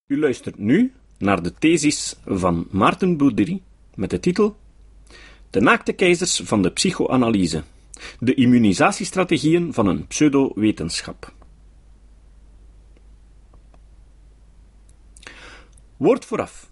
U luistert nu naar de thesis van Maarten Boudry met de titel De naakte keizers van de psychoanalyse. De immunisatiestrategieën van een pseudo-wetenschap. Woord vooraf.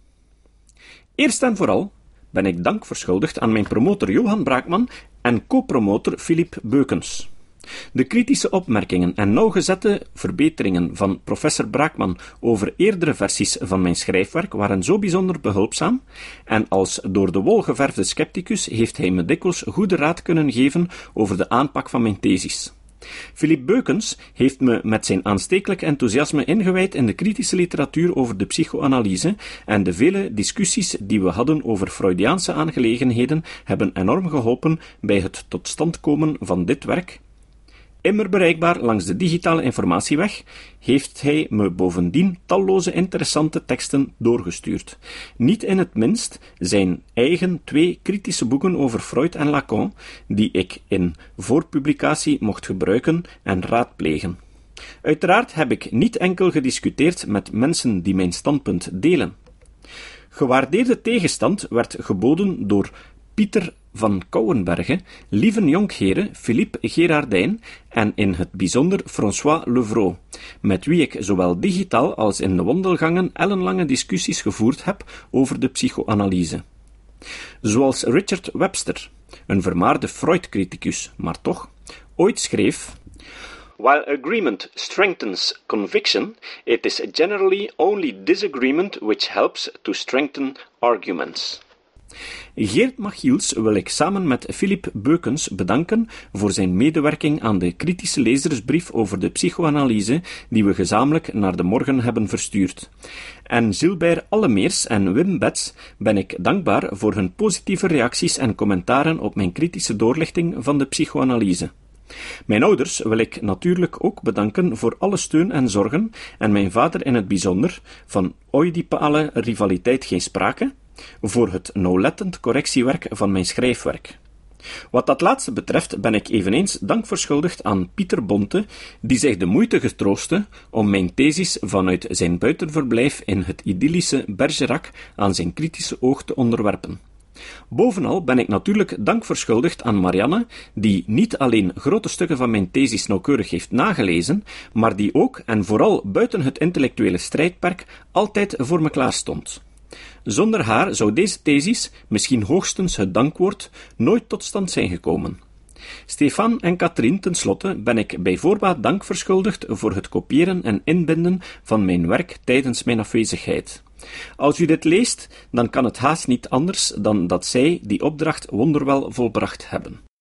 Eerst en vooral ben ik dank verschuldigd aan mijn promotor Johan Braakman en co-promotor Philippe Beukens. De kritische opmerkingen en nauwgezette verbeteringen van professor Braakman over eerdere versies van mijn schrijfwerk waren zo bijzonder behulpzaam, en als door de wol geverfde scepticus heeft hij me dikwijls goede raad kunnen geven over de aanpak van mijn thesis. Philippe Beukens heeft me met zijn aanstekelijk enthousiasme ingewijd in de kritische literatuur over de psychoanalyse, en de vele discussies die we hadden over Freudiaanse aangelegenheden hebben enorm geholpen bij het tot stand komen van dit werk. Immer bereikbaar langs de digitale informatieweg, heeft hij me bovendien talloze interessante teksten doorgestuurd. Niet in het minst zijn eigen 2 kritische boeken over Freud en Lacan, die ik in voorpublicatie mocht gebruiken en raadplegen. Uiteraard heb ik niet enkel gediscuteerd met mensen die mijn standpunt delen. Gewaardeerde tegenstand werd geboden door Pieter van Kouwenberghe, Lieven Jonkheren, Philippe Gerardijn en in het bijzonder François Levrault, met wie ik zowel digitaal als in de wandelgangen ellenlange discussies gevoerd heb over de psychoanalyse. Zoals Richard Webster, een vermaarde Freud-criticus, maar toch, ooit schreef: While agreement strengthens conviction, it is generally only disagreement which helps to strengthen arguments. Geert Machiels wil ik samen met Philippe Beukens bedanken voor zijn medewerking aan de kritische lezersbrief over de psychoanalyse die we gezamenlijk naar de morgen hebben verstuurd. En Gilbert Allemeers en Wim Bets ben ik dankbaar voor hun positieve reacties en commentaren op mijn kritische doorlichting van de psychoanalyse. Mijn ouders wil ik natuurlijk ook bedanken voor alle steun en zorgen, en mijn vader in het bijzonder, van oedipale rivaliteit geen sprake, voor het nauwlettend correctiewerk van mijn schrijfwerk. Wat dat laatste betreft ben ik eveneens dank verschuldigd aan Pieter Bonte, die zich de moeite getroostte om mijn thesis vanuit zijn buitenverblijf in het idyllische Bergerac aan zijn kritische oog te onderwerpen. Bovenal ben ik natuurlijk dank verschuldigd aan Marianne, die niet alleen grote stukken van mijn thesis nauwkeurig heeft nagelezen, maar die ook, en vooral buiten het intellectuele strijdperk, altijd voor me klaar stond. Zonder haar zou deze thesis, misschien hoogstens het dankwoord, nooit tot stand zijn gekomen. Stefan en Katrien tenslotte ben ik bij voorbaat dank verschuldigd voor het kopiëren en inbinden van mijn werk tijdens mijn afwezigheid. Als u dit leest, dan kan het haast niet anders dan dat zij die opdracht wonderwel volbracht hebben.